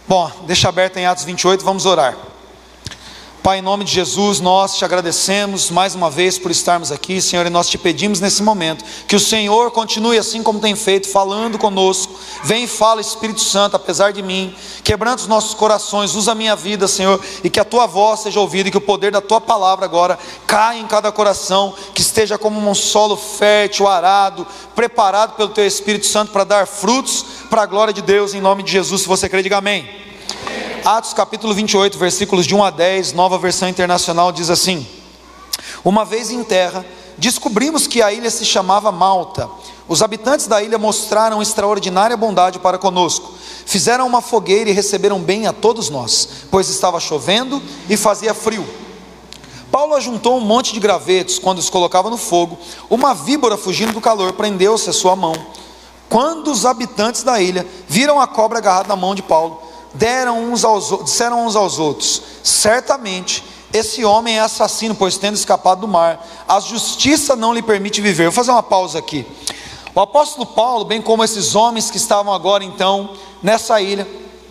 Bom, deixa aberto em Atos 28, vamos orar. Pai, em nome de Jesus, nós te agradecemos mais uma vez por estarmos aqui, Senhor, e nós te pedimos nesse momento, que o Senhor continue assim como tem feito, falando conosco. Vem e fala, Espírito Santo, apesar de mim, quebrando os nossos corações, usa a minha vida, Senhor, e que a tua voz seja ouvida, e que o poder da tua palavra agora caia em cada coração, que esteja como um solo fértil, arado, preparado pelo teu Espírito Santo para dar frutos para a glória de Deus, em nome de Jesus. Se você crê, diga amém. Atos capítulo 28, versículos de 1 a 10, nova versão internacional, diz assim: Uma vez em terra, descobrimos que a ilha se chamava Malta. Os habitantes da ilha mostraram extraordinária bondade para conosco. Fizeram uma fogueira e receberam bem a todos nós, pois estava chovendo e fazia frio. Paulo ajuntou um monte de gravetos. Quando os colocava no fogo, uma víbora, fugindo do calor, prendeu-se à sua mão. Quando os habitantes da ilha viram a cobra agarrada na mão de Paulo, disseram uns aos outros: certamente esse homem é assassino, pois tendo escapado do mar, a justiça não lhe permite viver. Vou fazer uma pausa aqui. O apóstolo Paulo, bem como esses homens que estavam agora então nessa ilha,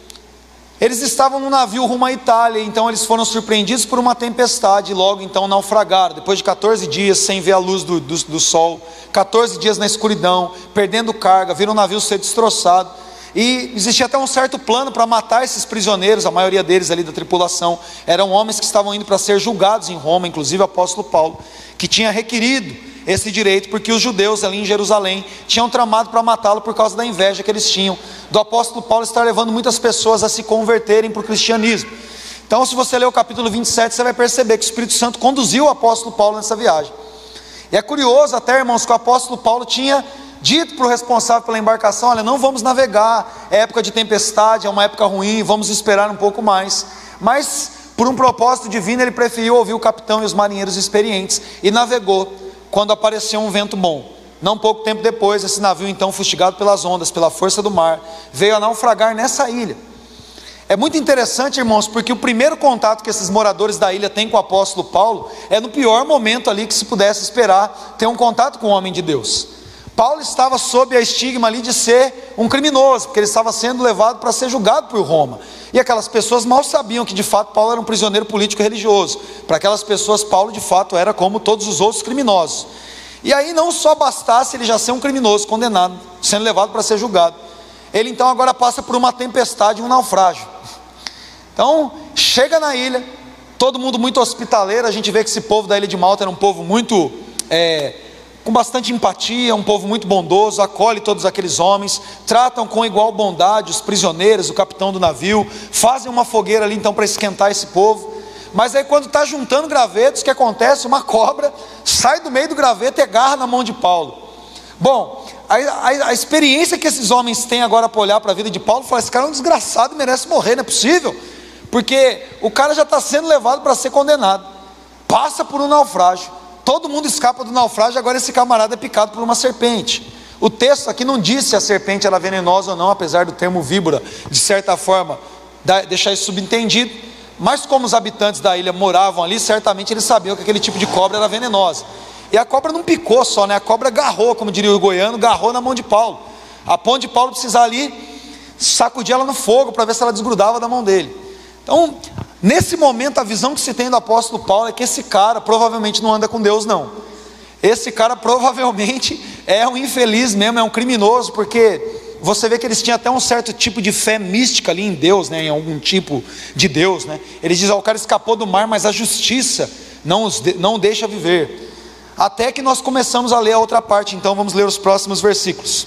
eles estavam num navio rumo à Itália. Então eles foram surpreendidos por uma tempestade e logo então naufragaram. Depois de 14 dias sem ver a luz do sol, 14 dias na escuridão, perdendo carga, viram o navio ser destroçado. E existia até um certo plano para matar esses prisioneiros. A maioria deles ali da tripulação eram homens que estavam indo para ser julgados em Roma, inclusive o apóstolo Paulo, que tinha requerido esse direito, porque os judeus ali em Jerusalém tinham tramado para matá-lo por causa da inveja que eles tinham do apóstolo Paulo estar levando muitas pessoas a se converterem para o cristianismo. Então, se você ler o capítulo 27, você vai perceber que o Espírito Santo conduziu o apóstolo Paulo nessa viagem. E é curioso até, irmãos, que o apóstolo Paulo tinha dito para o responsável pela embarcação: olha, não vamos navegar, é época de tempestade, é uma época ruim, vamos esperar um pouco mais. Mas por um propósito divino ele preferiu ouvir o capitão e os marinheiros experientes, e navegou quando apareceu um vento bom. Não pouco tempo depois, esse navio então, fustigado pelas ondas, pela força do mar, veio a naufragar nessa ilha. É muito interessante, irmãos, porque o primeiro contato que esses moradores da ilha têm com o apóstolo Paulo é no pior momento ali que se pudesse esperar ter um contato com o homem de Deus. Paulo estava sob a estigma ali de ser um criminoso, porque ele estava sendo levado para ser julgado por Roma. E aquelas pessoas mal sabiam que de fato Paulo era um prisioneiro político e religioso. Para aquelas pessoas, Paulo de fato era como todos os outros criminosos. E aí não só bastasse ele já ser um criminoso condenado, sendo levado para ser julgado, ele então agora passa por uma tempestade e um naufrágio. Então chega na ilha, todo mundo muito hospitaleiro. A gente vê que esse povo da ilha de Malta era um povo muito com bastante empatia, um povo muito bondoso, acolhe todos aqueles homens, tratam com igual bondade os prisioneiros, o capitão do navio, fazem uma fogueira ali então para esquentar esse povo. Mas aí quando está juntando gravetos, o que acontece? Uma cobra sai do meio do graveto e agarra na mão de Paulo. Bom, a experiência que esses homens têm agora para olhar para a vida de Paulo, fala: esse cara é um desgraçado, merece morrer, não é possível, porque o cara já está sendo levado para ser condenado, passa por um naufrágio, todo mundo escapa do naufrágio, agora esse camarada é picado por uma serpente. O texto aqui não diz se a serpente era venenosa ou não, apesar do termo víbora, de certa forma, deixar isso subentendido. Mas como os habitantes da ilha moravam ali, certamente eles sabiam que aquele tipo de cobra era venenosa. E a cobra não picou só, né? A cobra agarrou, como diria o goiano, agarrou na mão de Paulo, a ponto de Paulo precisar ali sacudir ela no fogo para ver se ela desgrudava da mão dele. Então, nesse momento, a visão que se tem do apóstolo Paulo é que esse cara provavelmente não anda com Deus, não. Esse cara provavelmente é um infeliz mesmo, é um criminoso, porque você vê que eles tinham até um certo tipo de fé mística ali em Deus, né? Em algum tipo de Deus, né? Eles dizem: o cara escapou do mar, mas a justiça não o deixa viver. Até que nós começamos a ler a outra parte. Então vamos ler os próximos versículos.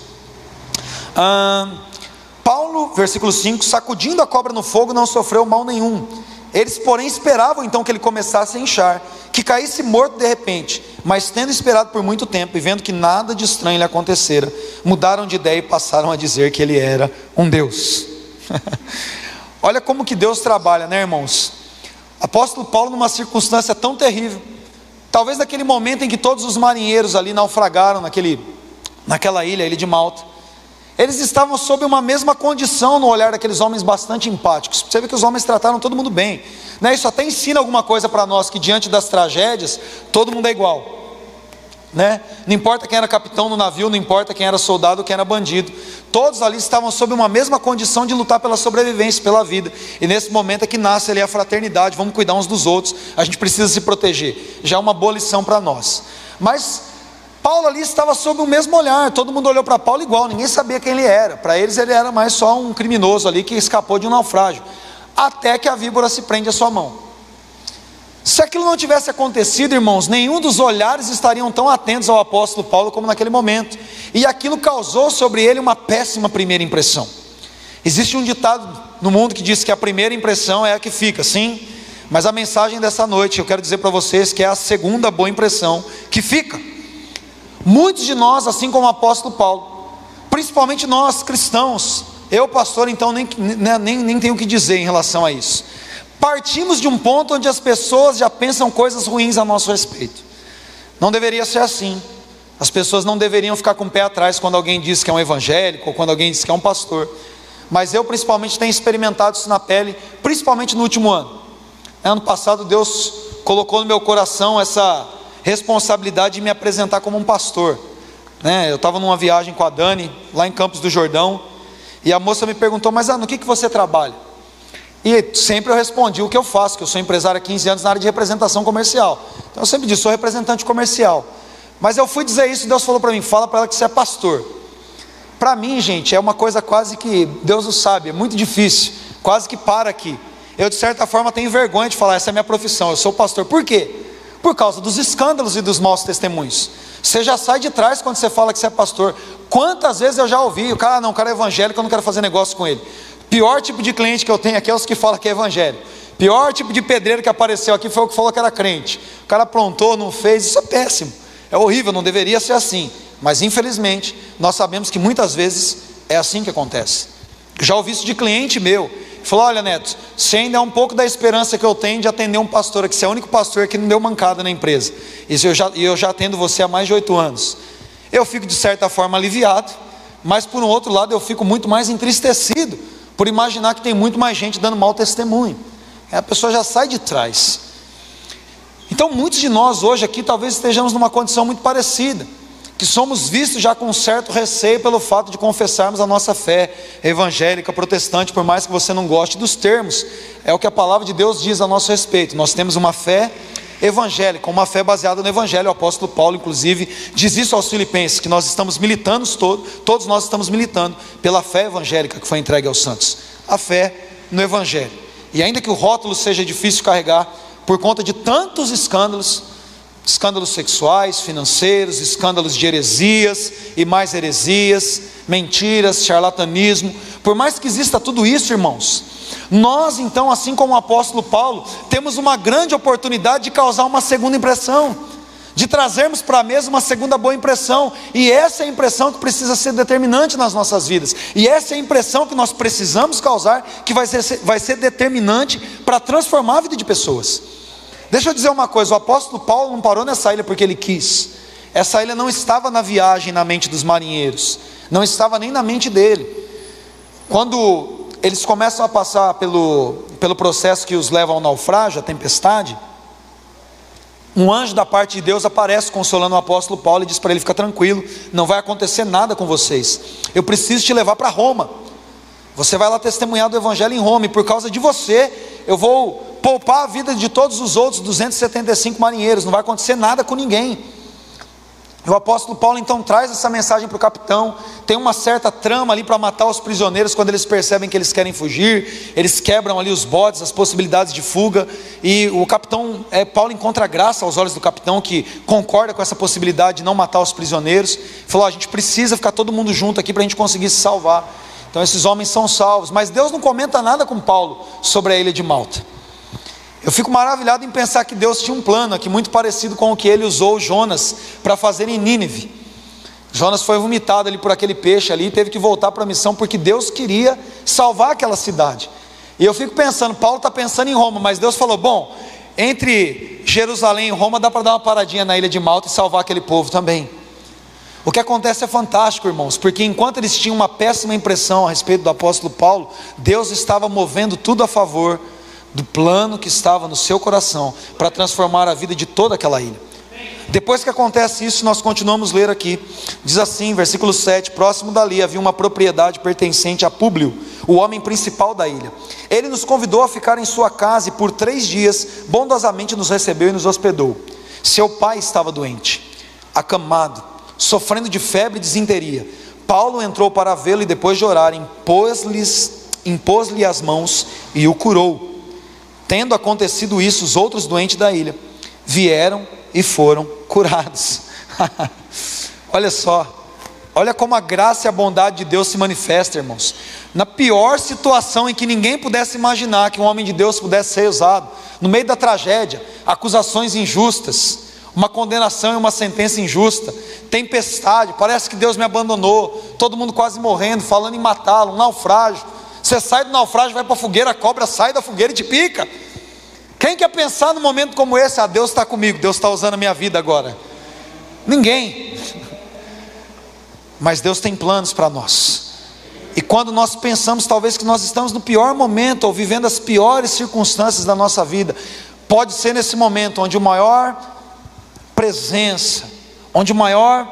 Paulo, versículo 5: sacudindo a cobra no fogo, não sofreu mal nenhum. Eles porém esperavam então que ele começasse a inchar, que caísse morto de repente. Mas tendo esperado por muito tempo e vendo que nada de estranho lhe acontecera, mudaram de ideia e passaram a dizer que ele era um Deus. Olha como que Deus trabalha, né, irmãos? Apóstolo Paulo, numa circunstância tão terrível, talvez naquele momento em que todos os marinheiros ali naufragaram naquela ilha de Malta, eles estavam sob uma mesma condição no olhar daqueles homens bastante empáticos. Você vê que os homens trataram todo mundo bem, né? Isso até ensina alguma coisa para nós, que diante das tragédias todo mundo é igual. né? Não importa quem era capitão no navio, não importa quem era soldado ou quem era bandido, todos ali estavam sob uma mesma condição de lutar pela sobrevivência, pela vida. E nesse momento é que nasce ali a fraternidade, vamos cuidar uns dos outros, a gente precisa se proteger. Já é uma boa lição para nós. Mas Paulo ali estava sob o mesmo olhar, todo mundo olhou para Paulo igual, ninguém sabia quem ele era. Para eles ele era mais só um criminoso ali que escapou de um naufrágio, até que a víbora se prende à sua mão. Se aquilo não tivesse acontecido, irmãos, nenhum dos olhares estariam tão atentos ao apóstolo Paulo como naquele momento, e aquilo causou sobre ele uma péssima primeira impressão. Existe um ditado no mundo que diz que a primeira impressão é a que fica, sim, mas a mensagem dessa noite, eu quero dizer para vocês que é a segunda boa impressão que fica. Muitos de nós, assim como o apóstolo Paulo, principalmente nós cristãos, eu pastor então nem tenho o que dizer em relação a isso, partimos de um ponto onde as pessoas já pensam coisas ruins a nosso respeito. Não deveria ser assim. As pessoas não deveriam ficar com o pé atrás quando alguém diz que é um evangélico, ou quando alguém diz que é um pastor. Mas eu principalmente tenho experimentado isso na pele, principalmente no último ano. Ano passado Deus colocou no meu coração essa responsabilidade de me apresentar como um pastor, né? Eu estava numa viagem com a Dani, lá em Campos do Jordão, e a moça me perguntou, mas no que você trabalha? E sempre eu respondi o que eu faço, que eu sou empresário há 15 anos na área de representação comercial. Então eu sempre disse, sou representante comercial. Mas eu fui dizer isso e Deus falou para mim, fala para ela que você é pastor. Para mim, gente, é uma coisa quase que, Deus o sabe, é muito difícil, quase que para aqui. Eu de certa forma tenho vergonha de falar, essa é a minha profissão, eu sou pastor. Por quê? Por causa dos escândalos e dos maus testemunhos. Você já sai de trás quando você fala que você é pastor. Quantas vezes eu já ouvi, o cara é evangélico, eu não quero fazer negócio com ele. Pior tipo de cliente que eu tenho aqui é os que falam que é evangelho. Pior tipo de pedreiro que apareceu aqui foi o que falou que era crente. O cara aprontou, não fez, isso é péssimo, é horrível, não deveria ser assim. Mas infelizmente, nós sabemos que muitas vezes é assim que acontece. Já ouvi isso de cliente meu, falou, olha Neto, você ainda é um pouco da esperança que eu tenho de atender um pastor aqui, você é o único pastor que não deu mancada na empresa, e eu já atendo você há mais de 8 anos. Eu fico de certa forma aliviado, mas por um outro lado eu fico muito mais entristecido, por imaginar que tem muito mais gente dando mau testemunho. A pessoa já sai de trás. Então muitos de nós hoje aqui talvez estejamos numa condição muito parecida, que somos vistos já com um certo receio pelo fato de confessarmos a nossa fé evangélica, protestante, por mais que você não goste dos termos, é o que a palavra de Deus diz a nosso respeito. Nós temos uma fé evangélica, uma fé baseada no evangelho. O apóstolo Paulo inclusive diz isso aos filipenses, que nós estamos militando, todos nós estamos militando pela fé evangélica que foi entregue aos santos, a fé no evangelho. E ainda que o rótulo seja difícil de carregar, por conta de tantos escândalos sexuais, financeiros, escândalos de heresias e mais heresias, mentiras, charlatanismo, por mais que exista tudo isso, irmãos, nós então, assim como o apóstolo Paulo, temos uma grande oportunidade de causar uma segunda impressão, de trazermos para a mesa uma segunda boa impressão, e essa é a impressão que precisa ser determinante nas nossas vidas, e essa é a impressão que nós precisamos causar, que vai ser determinante para transformar a vida de pessoas. Deixa eu dizer uma coisa, o apóstolo Paulo não parou nessa ilha porque ele quis. Essa ilha não estava na viagem na mente dos marinheiros, não estava nem na mente dele. Quando eles começam a passar pelo processo que os leva ao naufrágio, a tempestade, um anjo da parte de Deus aparece consolando o apóstolo Paulo e diz para ele, fica tranquilo, não vai acontecer nada com vocês, eu preciso te levar para Roma, você vai lá testemunhar do evangelho em Roma, e por causa de você, eu vou poupar a vida de todos os outros 275 marinheiros, não vai acontecer nada com ninguém. E o apóstolo Paulo então traz essa mensagem para o capitão, tem uma certa trama ali para matar os prisioneiros, quando eles percebem que eles querem fugir, eles quebram ali os botes, as possibilidades de fuga, e o capitão, Paulo encontra graça aos olhos do capitão, que concorda com essa possibilidade de não matar os prisioneiros, falou, a gente precisa ficar todo mundo junto aqui para a gente conseguir se salvar. Então esses homens são salvos, mas Deus não comenta nada com Paulo sobre a ilha de Malta. Eu fico maravilhado em pensar que Deus tinha um plano aqui muito parecido com o que ele usou Jonas para fazer em Nínive. Jonas foi vomitado ali por aquele peixe ali, e teve que voltar para a missão, porque Deus queria salvar aquela cidade. E eu fico pensando, Paulo está pensando em Roma, mas Deus falou, bom, entre Jerusalém e Roma dá para dar uma paradinha na ilha de Malta e salvar aquele povo também. O que acontece é fantástico, irmãos, porque enquanto eles tinham uma péssima impressão a respeito do apóstolo Paulo, Deus estava movendo tudo a favor do plano que estava no seu coração, para transformar a vida de toda aquela ilha. Depois que acontece isso, nós continuamos a ler aqui. Diz assim, versículo 7: próximo dali havia uma propriedade pertencente a Públio, o homem principal da ilha. Ele nos convidou a ficar em sua casa e por 3 dias bondosamente nos recebeu e nos hospedou. Seu pai estava doente, acamado, sofrendo de febre e disenteria. Paulo entrou para vê-lo e depois de orar, impôs-lhe as mãos e o curou. Tendo acontecido isso, os outros doentes da ilha vieram e foram curados. Olha só, olha como a graça e a bondade de Deus se manifesta, irmãos. Na pior situação em que ninguém pudesse imaginar que um homem de Deus pudesse ser usado, no meio da tragédia, acusações injustas, uma condenação e uma sentença injusta, tempestade, parece que Deus me abandonou, todo mundo quase morrendo, falando em matá-lo, um naufrágio. Você sai do naufrágio, vai para a fogueira, a cobra sai da fogueira e te pica. Quem quer pensar num momento como esse? Ah, Deus está comigo, Deus está usando a minha vida agora. Ninguém. Mas Deus tem planos para nós. E quando nós pensamos talvez que nós estamos no pior momento, ou vivendo as piores circunstâncias da nossa vida, pode ser nesse momento onde o maior presença, onde o maior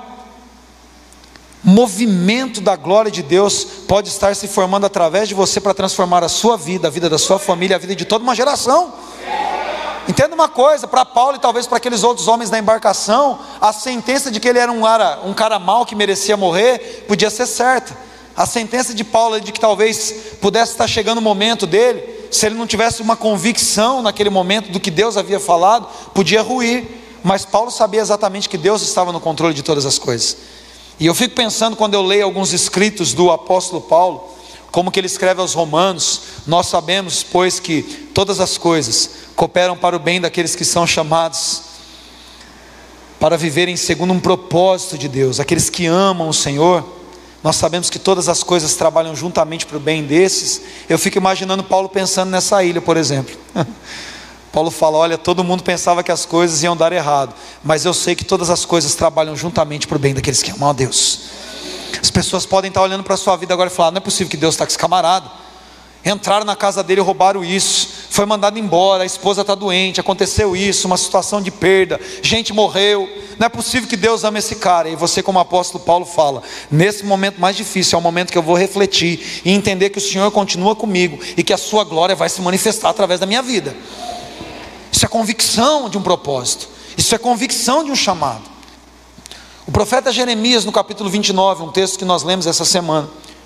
movimento da glória de Deus pode estar se formando através de você, para transformar a sua vida, a vida da sua família, a vida de toda uma geração. Entenda uma coisa, para Paulo e talvez para aqueles outros homens da embarcação, a sentença de que ele era um cara mau que merecia morrer, podia ser certa. A sentença de Paulo de que talvez pudesse estar chegando o momento dele, se ele não tivesse uma convicção naquele momento do que Deus havia falado, podia ruir. Mas Paulo sabia exatamente que Deus estava no controle de todas as coisas. E eu fico pensando, quando eu leio alguns escritos do apóstolo Paulo, como que ele escreve aos Romanos: nós sabemos, pois, que todas as coisas cooperam para o bem daqueles que são chamados para viverem segundo um propósito de Deus, aqueles que amam o Senhor. Nós sabemos que todas as coisas trabalham juntamente para o bem desses. Eu fico imaginando Paulo pensando nessa ilha, por exemplo. Paulo fala: olha, todo mundo pensava que as coisas iam dar errado, mas eu sei que todas as coisas trabalham juntamente para o bem daqueles que amam a Deus. As pessoas podem estar olhando para a sua vida agora e falar: não é possível que Deus está com esse camarada. Entraram na casa dele e roubaram isso, foi mandado embora, a esposa está doente, aconteceu isso, uma situação de perda, gente morreu, não é possível que Deus ame esse cara. E você, como apóstolo Paulo, fala: nesse momento mais difícil, é o momento que eu vou refletir e entender que o Senhor continua comigo e que a sua glória vai se manifestar através da minha vida. Isso é convicção de um propósito, isso é convicção de um chamado. O profeta Jeremias, no capítulo 29, um texto que nós lemos essa semana,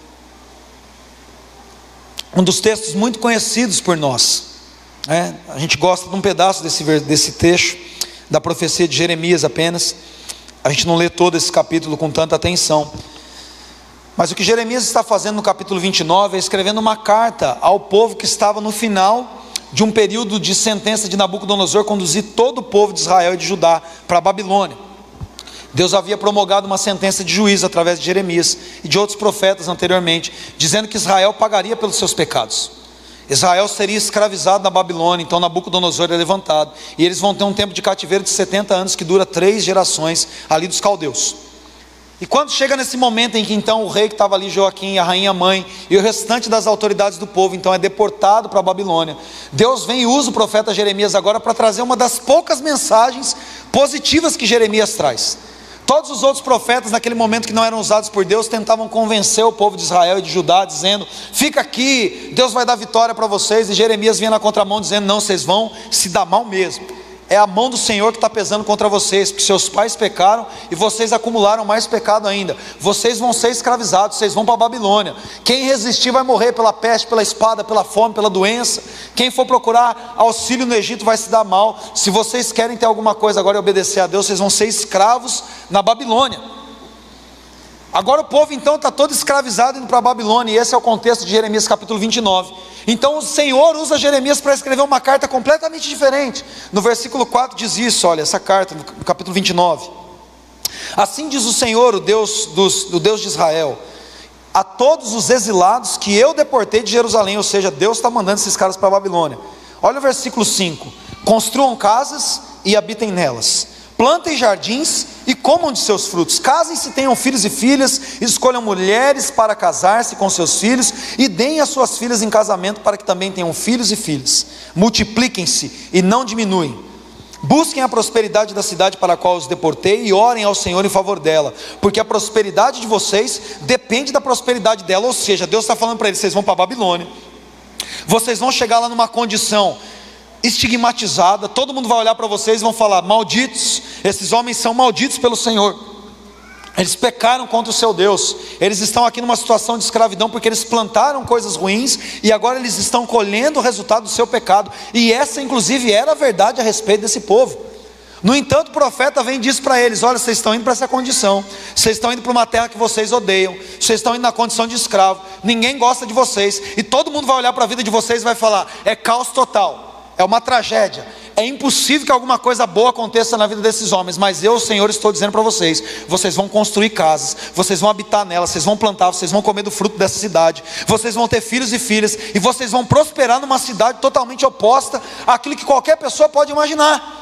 um dos textos muito conhecidos por nós, a gente gosta de um pedaço desse trecho da profecia de Jeremias apenas. A gente não lê todo esse capítulo com tanta atenção, mas o que Jeremias está fazendo no capítulo 29 é escrevendo uma carta ao povo que estava no final de um período de sentença de Nabucodonosor conduzir todo o povo de Israel e de Judá para a Babilônia. Deus havia promulgado uma sentença de juízo através de Jeremias e de outros profetas anteriormente, dizendo que Israel pagaria pelos seus pecados. Israel seria escravizado na Babilônia. Então Nabucodonosor é levantado, e eles vão ter um tempo de cativeiro de 70 anos, que dura 3 gerações ali dos caldeus. E quando chega nesse momento em que então o rei que estava ali, Joaquim, a rainha mãe e o restante das autoridades do povo então é deportado para a Babilônia, Deus vem e usa o profeta Jeremias agora para trazer uma das poucas mensagens positivas que Jeremias traz. Todos os outros profetas naquele momento que não eram usados por Deus tentavam convencer o povo de Israel e de Judá, dizendo: fica aqui, Deus vai dar vitória para vocês. E Jeremias vinha na contramão dizendo: não, vocês vão se dar mal mesmo. É a mão do Senhor que está pesando contra vocês, porque seus pais pecaram e vocês acumularam mais pecado ainda. Vocês vão ser escravizados, vocês vão para a Babilônia. Quem resistir vai morrer pela peste, pela espada, pela fome, pela doença. Quem for procurar auxílio no Egito vai se dar mal. Se vocês querem ter alguma coisa agora e obedecer a Deus, vocês vão ser escravos na Babilônia. Agora o povo então está todo escravizado indo para a Babilônia, e esse é o contexto de Jeremias capítulo 29. Então o Senhor usa Jeremias para escrever uma carta completamente diferente. No versículo 4 diz isso, olha, essa carta no capítulo 29. Assim diz o Senhor, o Deus de Israel, a todos os exilados que eu deportei de Jerusalém. Ou seja, Deus está mandando esses caras para a Babilônia. Olha o versículo 5: construam casas e habitem nelas, plantem jardins e comam de seus frutos, casem-se, tenham filhos e filhas, escolham mulheres para casar-se com seus filhos, e deem as suas filhas em casamento para que também tenham filhos e filhas. Multipliquem-se e não diminuem, Busquem a prosperidade da cidade para a qual os deportei e orem ao Senhor em favor dela, porque a prosperidade de vocês depende da prosperidade dela. Ou seja, Deus está falando para eles: vocês vão para a Babilônia, vocês vão chegar lá numa condição estigmatizada, todo mundo vai olhar para vocês e vão falar: malditos, esses homens são malditos pelo Senhor, eles pecaram contra o seu Deus, eles estão aqui numa situação de escravidão porque eles plantaram coisas ruins e agora eles estão colhendo o resultado do seu pecado. E essa inclusive era a verdade a respeito desse povo. No entanto, o profeta vem e diz para eles: olha, vocês estão indo para essa condição, vocês estão indo para uma terra que vocês odeiam, vocês estão indo na condição de escravo, ninguém gosta de vocês, e todo mundo vai olhar para a vida de vocês e vai falar: é caos total, é uma tragédia, é impossível que alguma coisa boa aconteça na vida desses homens. Mas eu, o Senhor, estou dizendo para vocês: vocês vão construir casas, vocês vão habitar nelas, vocês vão plantar, vocês vão comer do fruto dessa cidade, vocês vão ter filhos e filhas, e vocês vão prosperar numa cidade totalmente oposta àquilo que qualquer pessoa pode imaginar.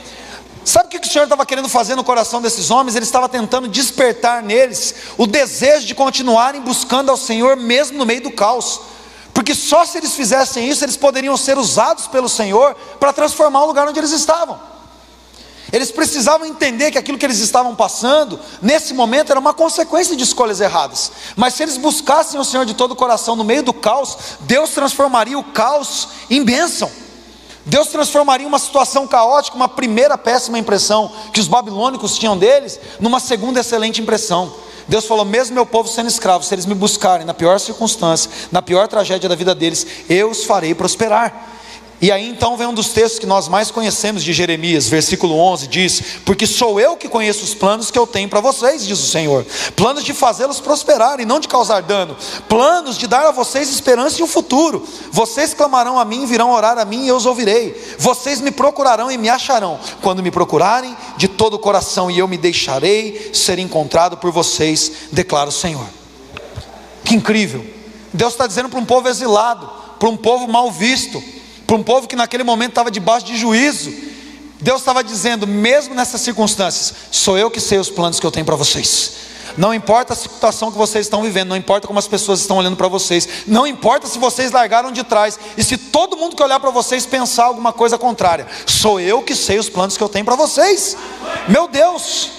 Sabe o que o Senhor estava querendo fazer no coração desses homens? Ele estava tentando despertar neles o desejo de continuarem buscando ao Senhor mesmo no meio do caos, porque só se eles fizessem isso, eles poderiam ser usados pelo Senhor para transformar o lugar onde eles estavam. Eles precisavam entender que aquilo que eles estavam passando nesse momento era uma consequência de escolhas erradas, mas se eles buscassem o Senhor de todo o coração no meio do caos, Deus transformaria o caos em bênção. Deus transformaria uma situação caótica, uma primeira péssima impressão que os babilônicos tinham deles, numa segunda excelente impressão. Deus falou: mesmo meu povo sendo escravo, se eles me buscarem na pior circunstância, na pior tragédia da vida deles, eu os farei prosperar. E aí então vem um dos textos que nós mais conhecemos de Jeremias, versículo 11, diz: porque sou eu que conheço os planos que eu tenho para vocês, diz o Senhor, planos de fazê-los prosperar e não de causar dano, planos de dar a vocês esperança e um futuro. Vocês clamarão a mim, virão orar a mim e eu os ouvirei. Vocês me procurarão e me acharão, quando me procurarem de todo o coração, e eu me deixarei ser encontrado por vocês, declara o Senhor. Que incrível! Deus está dizendo para um povo exilado, para um povo mal visto, para um povo que naquele momento estava debaixo de juízo, Deus estava dizendo: mesmo nessas circunstâncias, sou eu que sei os planos que eu tenho para vocês. Não importa a situação que vocês estão vivendo, não importa como as pessoas estão olhando para vocês, não importa se vocês largaram de trás, e se todo mundo que olhar para vocês pensar alguma coisa contrária, sou eu que sei os planos que eu tenho para vocês. Meu Deus!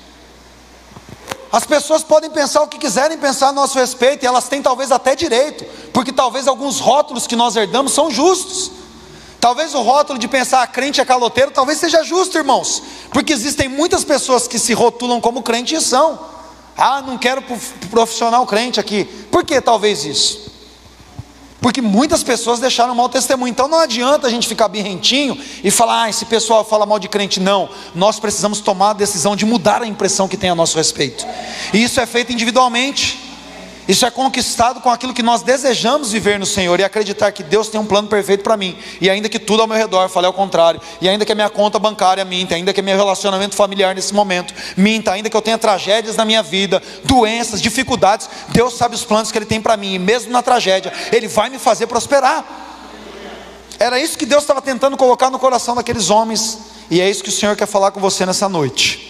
As pessoas podem pensar o que quiserem pensar a nosso respeito, e elas têm talvez até direito, porque talvez alguns rótulos que nós herdamos são justos. Talvez o rótulo de pensar crente é caloteiro talvez seja justo, irmãos, porque existem muitas pessoas que se rotulam como crente e são: ah, não quero profissional crente aqui. Por que talvez isso? Porque muitas pessoas deixaram mau testemunho. Então não adianta a gente ficar birrentinho e falar: ah, esse pessoal fala mal de crente. Não, nós precisamos tomar a decisão de mudar a impressão que tem a nosso respeito, e isso é feito individualmente. Isso é conquistado com aquilo que nós desejamos viver no Senhor, e acreditar que Deus tem um plano perfeito para mim, e ainda que tudo ao meu redor fale ao contrário, e ainda que a minha conta bancária minta, ainda que meu relacionamento familiar nesse momento minta, ainda que eu tenha tragédias na minha vida, doenças, dificuldades, Deus sabe os planos que Ele tem para mim, e mesmo na tragédia Ele vai me fazer prosperar. Era isso que Deus estava tentando colocar no coração daqueles homens, e é isso que o Senhor quer falar com você nessa noite.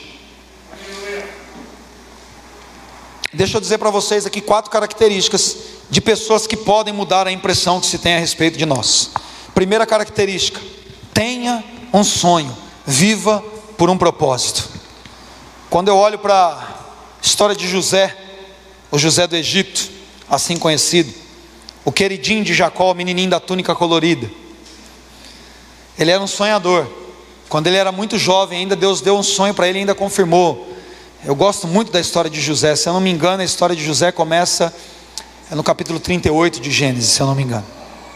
Deixa eu dizer para vocês aqui 4 características de pessoas que podem mudar a impressão que se tem a respeito de nós. Primeira característica: tenha um sonho, viva por um propósito. Quando eu olho para a história de José, o José do Egito, assim conhecido, o queridinho de Jacó, o menininho da túnica colorida, ele era um sonhador. Quando ele era muito jovem, ainda Deus deu um sonho para ele e ainda confirmou. Eu gosto muito da história de José. Se eu não me engano, a história de José começa no capítulo 38 de Gênesis, se eu não me engano.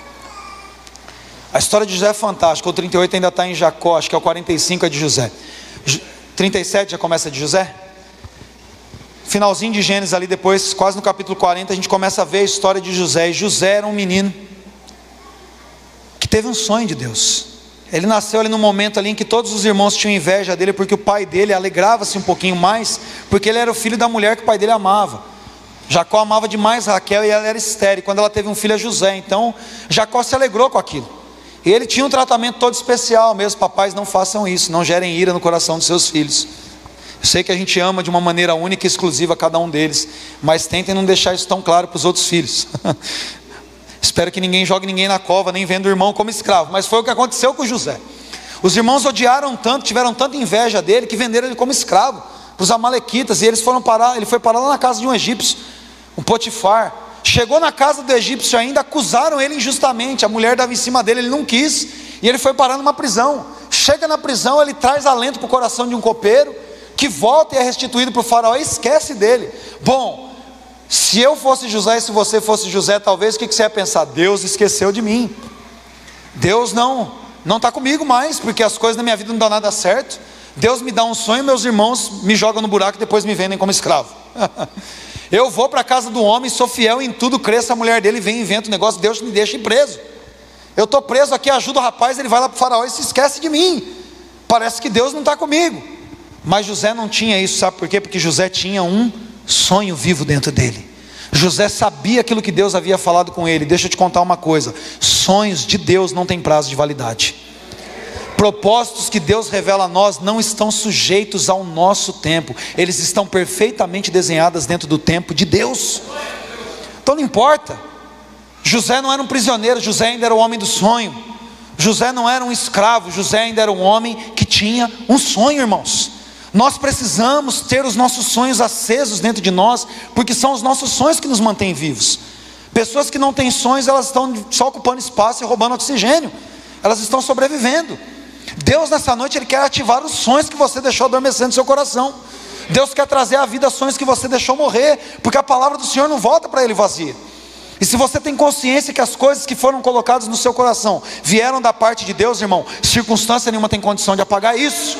A história de José é fantástica. O 38 ainda está em Jacó, acho que é o 45 é de José. 37 já começa de José. Finalzinho de Gênesis ali, depois, quase no capítulo 40, a gente começa a ver a história de José. E José era um menino que teve um sonho de Deus. Ele nasceu ali num momento ali em que todos os irmãos tinham inveja dele, porque o pai dele alegrava-se um pouquinho mais, porque ele era o filho da mulher que o pai dele amava. Jacó amava demais Raquel e ela era estéril. Quando ela teve um filho, é José. Então Jacó se alegrou com aquilo, e ele tinha um tratamento todo especial mesmo. Papais, não façam isso, não gerem ira no coração dos seus filhos. Eu sei que a gente ama de uma maneira única e exclusiva a cada um deles, mas tentem não deixar isso tão claro para os outros filhos. Espero que ninguém jogue ninguém na cova, nem venda o irmão como escravo. Mas foi o que aconteceu com José. Os irmãos odiaram tanto, tiveram tanta inveja dele, que venderam ele como escravo para os amalequitas, e ele foi parar lá na casa de um egípcio, um Potifar. Chegou na casa do egípcio ainda, acusaram ele injustamente, a mulher dava em cima dele, ele não quis, e ele foi parar numa prisão. Chega na prisão, ele traz alento para o coração de um copeiro, que volta e é restituído para o faraó, e esquece dele. Bom, se eu fosse José e se você fosse José, talvez o que você ia pensar? Deus esqueceu de mim, Deus não está comigo mais, porque as coisas na minha vida não dão nada certo. Deus me dá um sonho, meus irmãos me jogam no buraco e depois me vendem como escravo. Eu vou para a casa do homem, sou fiel em tudo, cresço, a mulher dele vem e inventa um negócio, Deus me deixa preso. Eu estou preso aqui, ajuda o rapaz, ele vai lá para o faraó e se esquece de mim. Parece que Deus não está comigo. Mas José não tinha isso, sabe por quê? Porque José tinha um sonho vivo dentro dele. José sabia aquilo que Deus havia falado com ele. Deixa eu te contar uma coisa: sonhos de Deus não têm prazo de validade. Propósitos que Deus revela a nós não estão sujeitos ao nosso tempo, eles estão perfeitamente desenhados dentro do tempo de Deus. Então não importa. José não era um prisioneiro, José ainda era o homem do sonho. José não era um escravo, José ainda era um homem que tinha um sonho, irmãos. Nós precisamos ter os nossos sonhos acesos dentro de nós, porque são os nossos sonhos que nos mantêm vivos. Pessoas que não têm sonhos, elas estão só ocupando espaço e roubando oxigênio, elas estão sobrevivendo. Deus nessa noite, Ele quer ativar os sonhos que você deixou adormecendo no seu coração. Deus quer trazer à vida sonhos que você deixou morrer, porque a palavra do Senhor não volta para Ele vazia. E se você tem consciência que as coisas que foram colocadas no seu coração vieram da parte de Deus, irmão, circunstância nenhuma tem condição de apagar isso.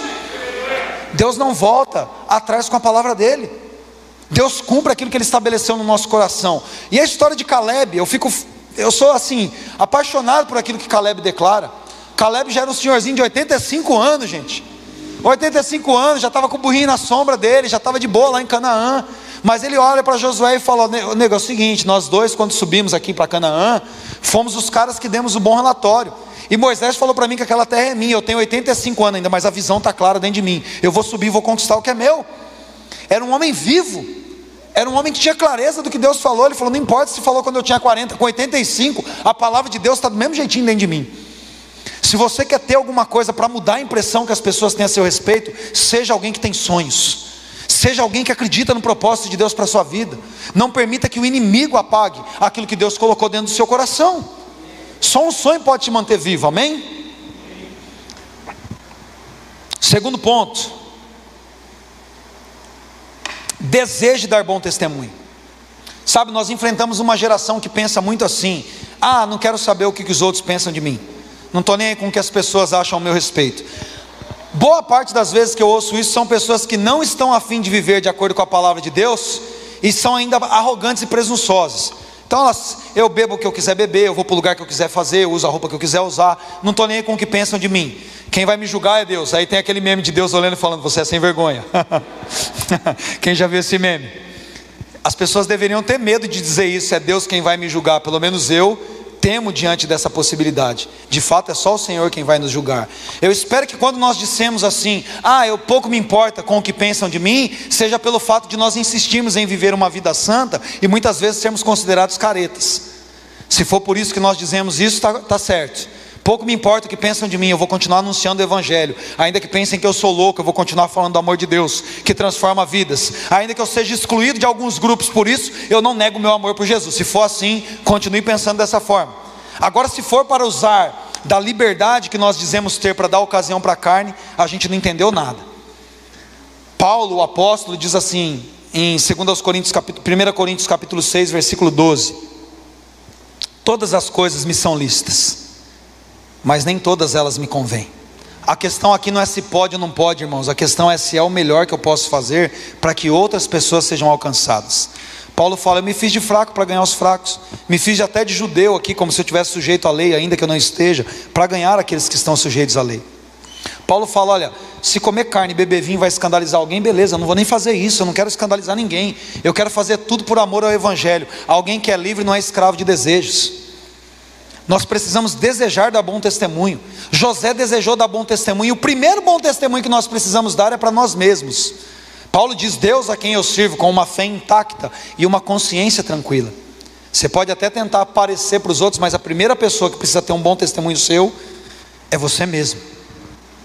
Deus não volta atrás com a palavra dEle. Deus cumpre aquilo que Ele estabeleceu no nosso coração. E a história de Caleb, eu sou assim, apaixonado por aquilo que Caleb declara. Caleb já era um senhorzinho de 85 anos, gente. 85 anos, já estava com o burrinho na sombra dele, já estava de boa lá em Canaã. Mas ele olha para Josué e fala: nego, é o seguinte, nós dois quando subimos aqui para Canaã, fomos os caras que demos o bom relatório. E Moisés falou para mim que aquela terra é minha, eu tenho 85 anos ainda, mas a visão está clara dentro de mim. Eu vou subir e vou conquistar o que é meu. Era um homem vivo, era um homem que tinha clareza do que Deus falou. Ele falou: não importa se falou quando eu tinha 40, com 85, a palavra de Deus está do mesmo jeitinho dentro de mim. Se você quer ter alguma coisa para mudar a impressão que as pessoas têm a seu respeito, seja alguém que tem sonhos, seja alguém que acredita no propósito de Deus para a sua vida. Não permita que o inimigo apague aquilo que Deus colocou dentro do seu coração. Só um sonho pode te manter vivo, amém? Segundo ponto: deseje dar bom testemunho. Sabe, nós enfrentamos uma geração que pensa muito assim: ah, não quero saber o que os outros pensam de mim, não estou nem aí com o que as pessoas acham ao meu respeito. Boa parte das vezes que eu ouço isso são pessoas que não estão a fim de viver de acordo com a palavra de Deus, e são ainda arrogantes e presunçosos. Então eu bebo o que eu quiser beber, eu vou para o lugar que eu quiser fazer, eu uso a roupa que eu quiser usar, não estou nem aí com o que pensam de mim. Quem vai me julgar é Deus. Aí tem aquele meme de Deus olhando e falando: você é sem vergonha. Quem já viu esse meme? As pessoas deveriam ter medo de dizer isso: é Deus quem vai me julgar. Pelo menos eu temo diante dessa possibilidade. De fato é só o Senhor quem vai nos julgar. Eu espero que quando nós dissemos assim: ah, eu pouco me importa com o que pensam de mim, seja pelo fato de nós insistirmos em viver uma vida santa e muitas vezes sermos considerados caretas. Se for por isso que nós dizemos isso, está certo. Pouco me importa o que pensam de mim, eu vou continuar anunciando o Evangelho. Ainda que pensem que eu sou louco, eu vou continuar falando do amor de Deus, que transforma vidas. Ainda que eu seja excluído de alguns grupos por isso, eu não nego o meu amor por Jesus. Se for assim, continue pensando dessa forma. Agora, se for para usar da liberdade que nós dizemos ter para dar ocasião para a carne, a gente não entendeu nada. Paulo, o apóstolo, diz assim em 1 Coríntios capítulo 6, versículo 12: todas as coisas me são lícitas, mas nem todas elas me convêm. A questão aqui não é se pode ou não pode, irmãos. A questão é se é o melhor que eu posso fazer para que outras pessoas sejam alcançadas. Paulo fala: eu me fiz de fraco para ganhar os fracos, me fiz até de judeu aqui, como se eu tivesse sujeito à lei, ainda que eu não esteja, para ganhar aqueles que estão sujeitos à lei. Paulo fala: olha, se comer carne e beber vinho vai escandalizar alguém, beleza, eu não vou nem fazer isso, eu não quero escandalizar ninguém, eu quero fazer tudo por amor ao Evangelho. Alguém que é livre não é escravo de desejos. Nós precisamos desejar dar bom testemunho. José desejou dar bom testemunho. O primeiro bom testemunho que nós precisamos dar é para nós mesmos. Paulo diz: Deus a quem eu sirvo com uma fé intacta e uma consciência tranquila. Você pode até tentar aparecer para os outros, mas a primeira pessoa que precisa ter um bom testemunho seu é você mesmo.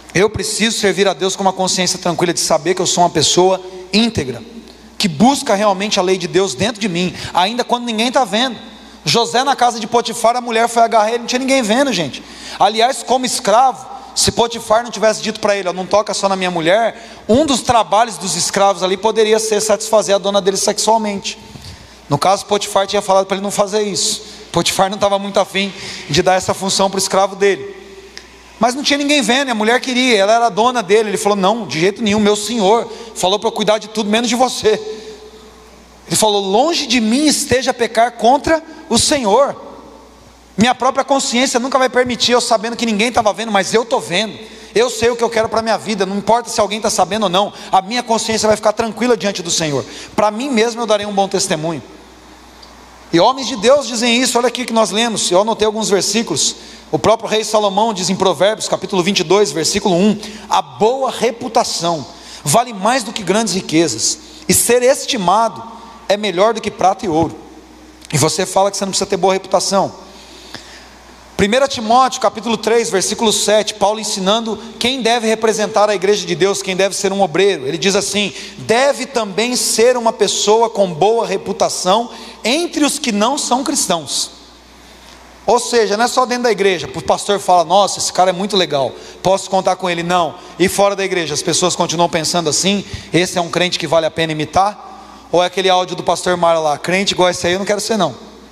Eu preciso servir a Deus com uma consciência tranquila de saber que eu sou uma pessoa íntegra, que busca realmente a lei de Deus dentro de mim, ainda quando ninguém está vendo. José na casa de Potifar, a mulher foi agarrar ele, não tinha ninguém vendo, gente. Aliás, como escravo, se Potifar não tivesse dito para ele, não toca só na minha mulher, um dos trabalhos dos escravos ali poderia ser satisfazer a dona dele sexualmente. No caso, Potifar tinha falado para ele não fazer isso. Potifar não estava muito afim de dar essa função para o escravo dele. Mas não tinha ninguém vendo, a mulher queria, ela era a dona dele. Ele falou: não, de jeito nenhum, meu senhor falou para eu cuidar de tudo, menos de você. Ele falou: longe de mim esteja a pecar contra o Senhor. Minha própria consciência nunca vai permitir eu sabendo que ninguém estava vendo, mas eu estou vendo. Eu sei o que eu quero para a minha vida, não importa se alguém está sabendo ou não, a minha consciência vai ficar tranquila diante do Senhor. Para mim mesmo eu darei um bom testemunho. E homens de Deus dizem isso. Olha aqui que nós lemos, eu anotei alguns versículos. O próprio rei Salomão diz em Provérbios capítulo 22, versículo 1: a boa reputação vale mais do que grandes riquezas, e ser estimado é melhor do que prata e ouro. E você fala que você não precisa ter boa reputação. 1 Timóteo capítulo 3, versículo 7, Paulo ensinando quem deve representar a igreja de Deus, quem deve ser um obreiro. Ele diz assim: deve também ser uma pessoa com boa reputação entre os que não são cristãos. Ou seja, não é só dentro da igreja, o pastor fala: nossa, esse cara é muito legal, posso contar com ele. Não, e fora da igreja, as pessoas continuam pensando assim: esse é um crente que vale a pena imitar? Ou é aquele áudio do pastor Mário lá: crente igual esse aí eu não quero ser não.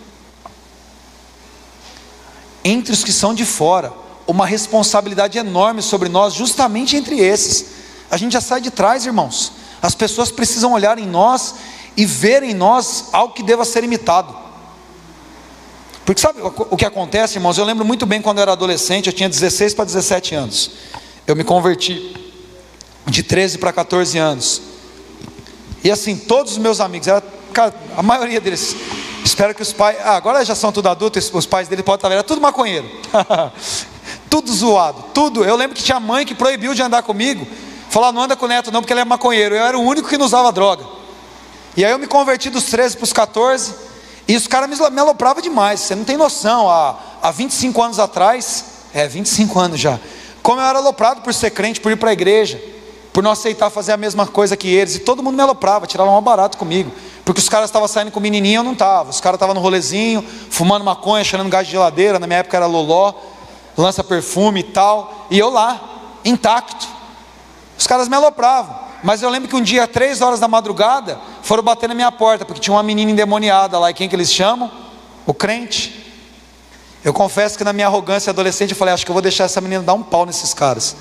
Entre os que são de fora, uma responsabilidade enorme sobre nós, justamente entre esses. A gente já sai de trás, irmãos. As pessoas precisam olhar em nós e ver em nós algo que deva ser imitado. Porque sabe o que acontece, irmãos? Eu lembro muito bem quando eu era adolescente, eu tinha 16 para 17 anos. Eu me converti de 13 para 14 anos. E assim, todos os meus amigos, a maioria deles, espero que os pais, agora já são tudo adultos, os pais deles podem estar vendo, era tudo maconheiro. Tudo zoado, tudo. Eu lembro que tinha mãe que proibiu de andar comigo, falou: não anda com o neto não, porque ele é maconheiro. Eu era o único que não usava droga. E aí eu me converti dos 13 para os 14. E os caras me alopravam demais, você não tem noção. Há 25 anos atrás, 25 anos já, como eu era aloprado por ser crente, por ir para a igreja, por não aceitar fazer a mesma coisa que eles. E todo mundo me aloprava, tirava um barato comigo, porque os caras estavam saindo com menininho, eu não estava. Os caras estavam no rolezinho, fumando maconha, cheirando gás de geladeira. Na minha época era loló, lança perfume e tal, e eu lá, intacto. Os caras me alopravam. Mas eu lembro que um dia, 3 horas da madrugada, foram bater na minha porta, porque tinha uma menina endemoniada lá. E quem que eles chamam? O crente. Eu confesso que na minha arrogância adolescente eu falei: acho que eu vou deixar essa menina dar um pau nesses caras.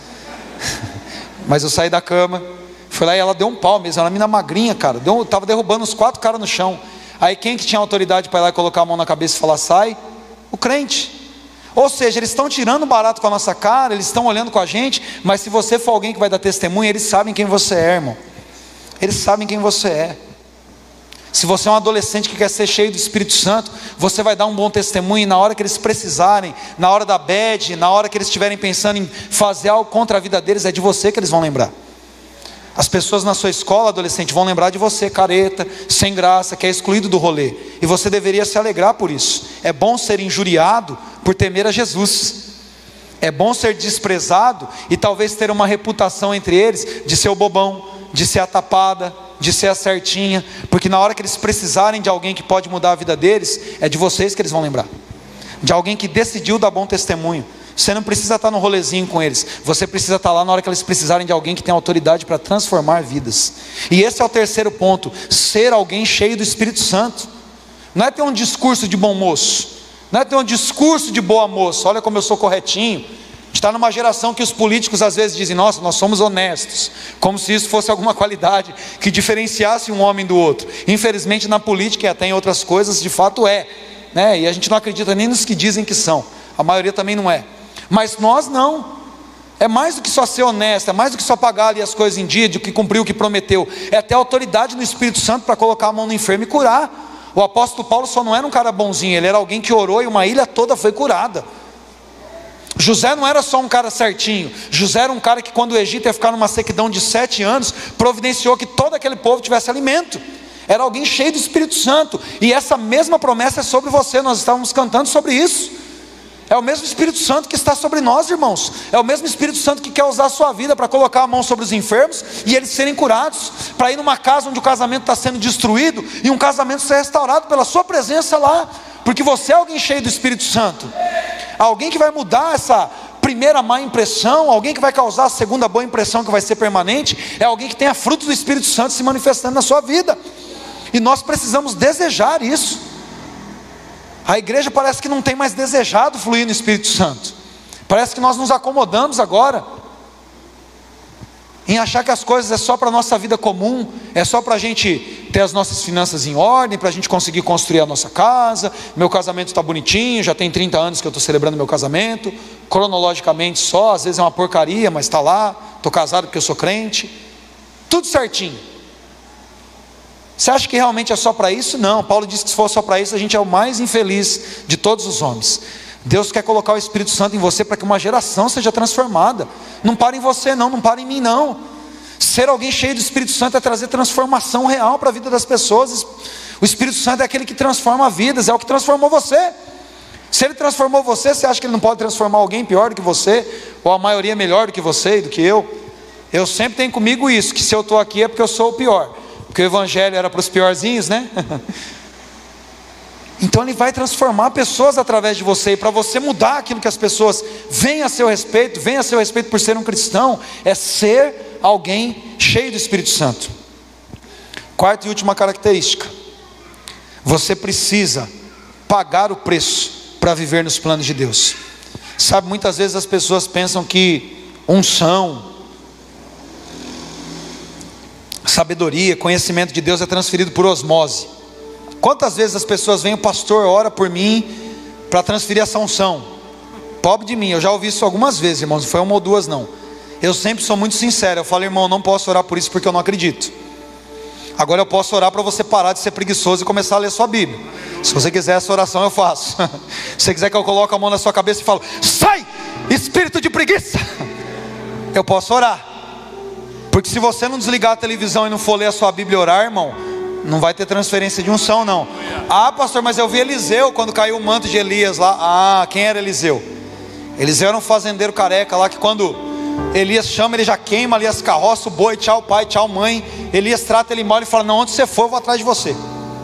Mas eu saí da cama, fui lá e ela deu um pau mesmo. Ela era uma menina magrinha, cara, estava derrubando uns 4 caras no chão. Aí quem que tinha autoridade para ir lá e colocar a mão na cabeça e falar: sai? O crente. Ou seja, eles estão tirando barato com a nossa cara, eles estão olhando com a gente, mas se você for alguém que vai dar testemunho, eles sabem quem você é, irmão. Eles sabem quem você é. Se você é um adolescente que quer ser cheio do Espírito Santo, você vai dar um bom testemunho, e na hora que eles precisarem, na hora da bad, na hora que eles estiverem pensando em fazer algo contra a vida deles, é de você que eles vão lembrar. As pessoas na sua escola, adolescente, vão lembrar de você, careta, sem graça, que é excluído do rolê. E você deveria se alegrar por isso. É bom ser injuriado por temer a Jesus. É bom ser desprezado e talvez ter uma reputação entre eles de ser o bobão, de ser a tapada, de ser a certinha. Porque na hora que eles precisarem de alguém que pode mudar a vida deles, é de vocês que eles vão lembrar. De alguém que decidiu dar bom testemunho. Você não precisa estar no rolezinho com eles, você precisa estar lá na hora que eles precisarem de alguém que tem autoridade para transformar vidas. E esse é o terceiro ponto: ser alguém cheio do Espírito Santo. Não é ter um discurso de bom moço, não é ter um discurso de boa moça, olha como eu sou corretinho. A gente está numa geração que os políticos às vezes dizem: nossa, nós somos honestos, como se isso fosse alguma qualidade que diferenciasse um homem do outro. Infelizmente na política e até em outras coisas de fato é, né? E a gente não acredita nem nos que dizem que são, a maioria também não é. Mas nós não. É mais do que só ser honesto, é mais do que só pagar ali as coisas em dia, de que cumpriu o que prometeu. É ter autoridade no Espírito Santo para colocar a mão no enfermo e curar. O apóstolo Paulo só não era um cara bonzinho, ele era alguém que orou e uma ilha toda foi curada. José não era só um cara certinho. José era um cara que, quando o Egito ia ficar numa sequidão de 7 anos, providenciou que todo aquele povo tivesse alimento. Era alguém cheio do Espírito Santo. E essa mesma promessa é sobre você. Nós estávamos cantando sobre isso. É o mesmo Espírito Santo que está sobre nós, irmãos. É o mesmo Espírito Santo que quer usar a sua vida para colocar a mão sobre os enfermos e eles serem curados, para ir numa casa onde o casamento está sendo destruído e um casamento ser restaurado pela sua presença lá, porque você é alguém cheio do Espírito Santo, alguém que vai mudar essa primeira má impressão, alguém que vai causar a segunda boa impressão que vai ser permanente, é alguém que tenha fruto do Espírito Santo se manifestando na sua vida, e nós precisamos desejar isso. A igreja parece que não tem mais desejado fluir no Espírito Santo, parece que nós nos acomodamos agora, em achar que as coisas é só para a nossa vida comum, é só para a gente ter as nossas finanças em ordem, para a gente conseguir construir a nossa casa, meu casamento está bonitinho, já tem 30 anos que eu estou celebrando meu casamento, cronologicamente só, às vezes é uma porcaria, mas está lá, estou casado porque eu sou crente, tudo certinho. Você acha que realmente é só para isso? Não, Paulo disse que se for só para isso, a gente é o mais infeliz de todos os homens. Deus quer colocar o Espírito Santo em você para que uma geração seja transformada. Não para em você não, não para em mim não. Ser alguém cheio do Espírito Santo é trazer transformação real para a vida das pessoas. O Espírito Santo é aquele que transforma vidas, é o que transformou você. Se ele transformou você, você acha que ele não pode transformar alguém pior do que você, ou a maioria melhor do que você e do que eu? Eu sempre tenho comigo isso, que se eu estou aqui é porque eu sou o pior, porque o evangelho era para os piorzinhos, né? Então ele vai transformar pessoas através de você, e para você mudar aquilo que as pessoas veem a seu respeito, por ser um cristão, é ser alguém cheio do Espírito Santo. Quarta e última característica: você precisa pagar o preço para viver nos planos de Deus. Sabe, muitas vezes as pessoas pensam que unção, sabedoria, conhecimento de Deus é transferido por osmose. Quantas vezes as pessoas vêm, o pastor ora por mim para transferir essa unção? Pobre de mim, eu já ouvi isso algumas vezes, irmãos, não foi uma ou duas não. Eu sempre sou muito sincero, eu falo, irmão, eu não posso orar por isso porque eu não acredito. Agora eu posso orar para você parar de ser preguiçoso e começar a ler sua Bíblia. Se você quiser essa oração eu faço. Se você quiser que eu coloque a mão na sua cabeça e falo, sai, espírito de preguiça, eu posso orar. Porque se você não desligar a televisão e não for ler a sua Bíblia e orar, irmão, não vai ter transferência de unção não. Ah, pastor, mas eu vi Eliseu quando caiu o manto de Elias lá. Ah, quem era Eliseu? Eliseu era um fazendeiro careca lá, que quando Elias chama, ele já queima ali as carroças, o boi, tchau pai, tchau mãe. Elias trata ele mal e fala, não, onde você for eu vou atrás de você,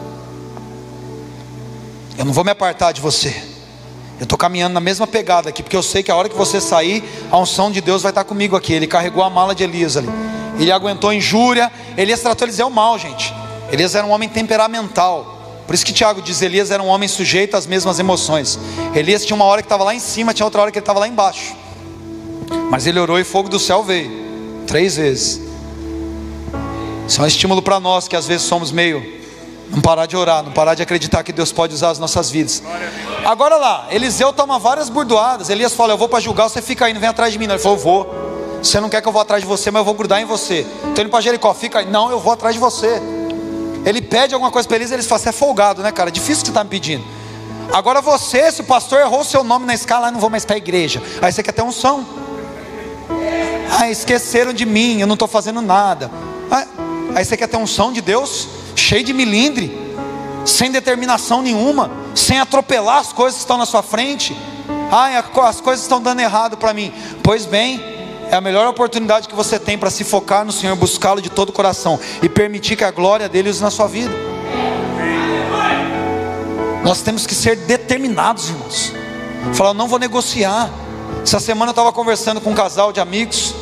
eu não vou me apartar de você. Eu estou caminhando na mesma pegada aqui, porque eu sei que a hora que você sair, a unção de Deus vai estar comigo aqui. Ele carregou a mala de Elias ali, ele aguentou injúria. Elias tratou Eliseu mal, gente. Elias era um homem temperamental. Por isso que Tiago diz, Elias era um homem sujeito às mesmas emoções. Elias tinha uma hora que estava lá em cima, tinha outra hora que ele estava lá embaixo. Mas ele orou e fogo do céu veio 3 vezes. Isso é um estímulo para nós que às vezes somos meio, não parar de orar, não parar de acreditar que Deus pode usar as nossas vidas. Agora lá, Eliseu toma várias burdoadas. Elias fala, eu vou para Gilgal, você fica aí, não vem atrás de mim não. Ele falou, eu vou. Você não quer que eu vou atrás de você, mas eu vou grudar em você. Estou indo para Jericó, fica aí. Não, eu vou atrás de você. Ele pede alguma coisa para Elias, ele fala, você é folgado, né, cara? Difícil que você está me pedindo. Agora você, se o pastor errou o seu nome na escala, eu não vou mais para a igreja. Aí você quer ter unção. Ah, esqueceram de mim, eu não estou fazendo nada. Aí você quer ter unção de Deus, cheio de milindre, sem determinação nenhuma, sem atropelar as coisas que estão na sua frente. As coisas estão dando errado para mim. Pois bem, é a melhor oportunidade que você tem para se focar no Senhor, buscá-lo de todo o coração e permitir que a glória dele use na sua vida. Nós temos que ser determinados, irmãos. Falar, eu não vou negociar. Essa semana eu estava conversando com um casal de amigos.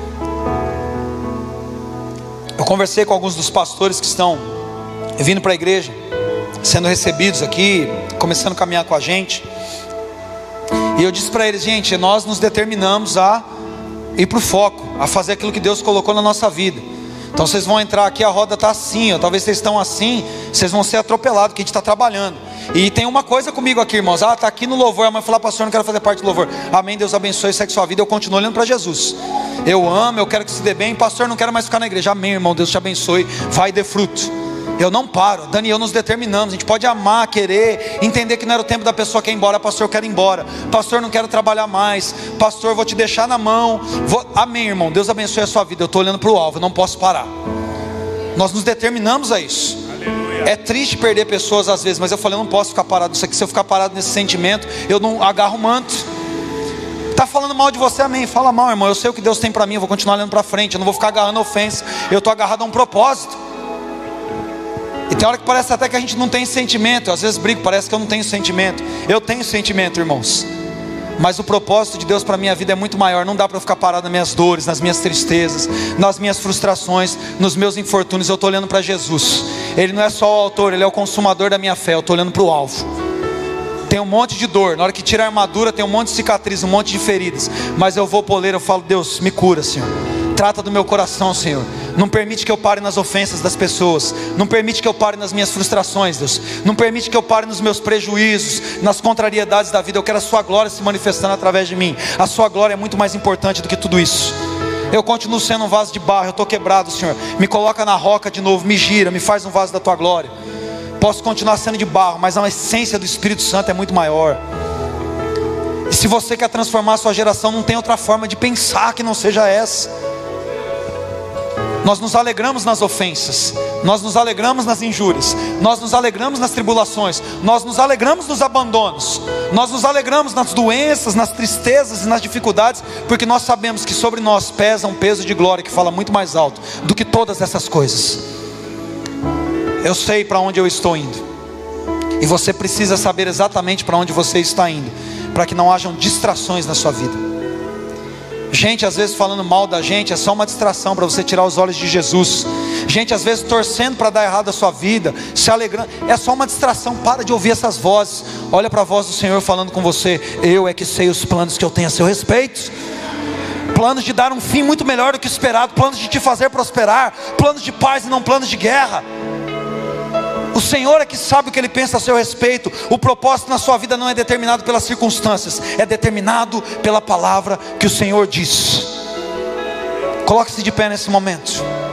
Eu conversei com alguns dos pastores que estão vindo para a igreja, sendo recebidos aqui, começando a caminhar com a gente. E eu disse para eles, gente, nós nos determinamos a ir para o foco, a fazer aquilo que Deus colocou na nossa vida. Então vocês vão entrar aqui, a roda está assim, ó, talvez vocês estão assim, vocês vão ser atropelados, porque a gente está trabalhando. E tem uma coisa comigo aqui, irmãos, está aqui no louvor, a mãe falou, pastor, eu não quero fazer parte do louvor. Amém, Deus abençoe, segue sua vida, eu continuo olhando para Jesus. Eu amo, eu quero que se dê bem, pastor, não quero mais ficar na igreja. Amém, irmão, Deus te abençoe, vai e dê fruto. Eu não paro, Dani e eu nos determinamos. A gente pode amar, querer, entender que não era o tempo da pessoa que quer ir embora. Pastor, eu quero ir embora. Pastor, não quero trabalhar mais. Pastor, vou te deixar na mão. Amém, irmão, Deus abençoe a sua vida. Eu estou olhando para o alvo, eu não posso parar. Nós nos determinamos a isso. Aleluia. É triste perder pessoas às vezes, mas eu falei, eu não posso ficar parado nisso aqui. Se eu ficar parado nesse sentimento, eu não agarro o manto. Está falando mal de você, amém, fala mal, irmão. Eu sei o que Deus tem para mim, eu vou continuar olhando para frente. Eu não vou ficar agarrando a ofensa, eu estou agarrado a um propósito. E tem hora que parece até que a gente não tem sentimento. Eu às vezes brigo, parece que eu não tenho sentimento. Eu tenho sentimento, irmãos. Mas o propósito de Deus para a minha vida é muito maior. Não dá para eu ficar parado nas minhas dores, nas minhas tristezas, nas minhas frustrações, nos meus infortúnios. Eu estou olhando para Jesus. Ele não é só o autor, Ele é o consumador da minha fé. Eu estou olhando para o alvo. Tem um monte de dor. Na hora que tira a armadura tem um monte de cicatriz, um monte de feridas. Mas eu vou poleiro, eu falo, Deus, me cura, Senhor. Trata do meu coração, Senhor. Não permite que eu pare nas ofensas das pessoas. Não permite que eu pare nas minhas frustrações, Deus. Não permite que eu pare nos meus prejuízos, nas contrariedades da vida. Eu quero a sua glória se manifestando através de mim. A sua glória é muito mais importante do que tudo isso. Eu continuo sendo um vaso de barro. Eu estou quebrado, Senhor. Me coloca na roca de novo, me gira, me faz um vaso da tua glória. Posso continuar sendo de barro, mas a essência do Espírito Santo é muito maior. E se você quer transformar a sua geração, não tem outra forma de pensar que não seja essa. Nós nos alegramos nas ofensas, nós nos alegramos nas injúrias, nós nos alegramos nas tribulações, nós nos alegramos nos abandonos, nós nos alegramos nas doenças, nas tristezas e nas dificuldades, porque nós sabemos que sobre nós pesa um peso de glória que fala muito mais alto do que todas essas coisas. Eu sei para onde eu estou indo, e você precisa saber exatamente para onde você está indo, para que não hajam distrações na sua vida. Gente às vezes falando mal da gente é só uma distração para você tirar os olhos de Jesus. Gente às vezes torcendo para dar errado a sua vida, se alegrando, é só uma distração. Para de ouvir essas vozes. Olha para a voz do Senhor falando com você. Eu é que sei os planos que eu tenho a seu respeito. Planos de dar um fim muito melhor do que esperado. Planos de te fazer prosperar. Planos de paz e não planos de guerra. O Senhor é que sabe o que Ele pensa a seu respeito. O propósito na sua vida não é determinado pelas circunstâncias, é determinado pela palavra que o Senhor diz. Coloque-se de pé nesse momento.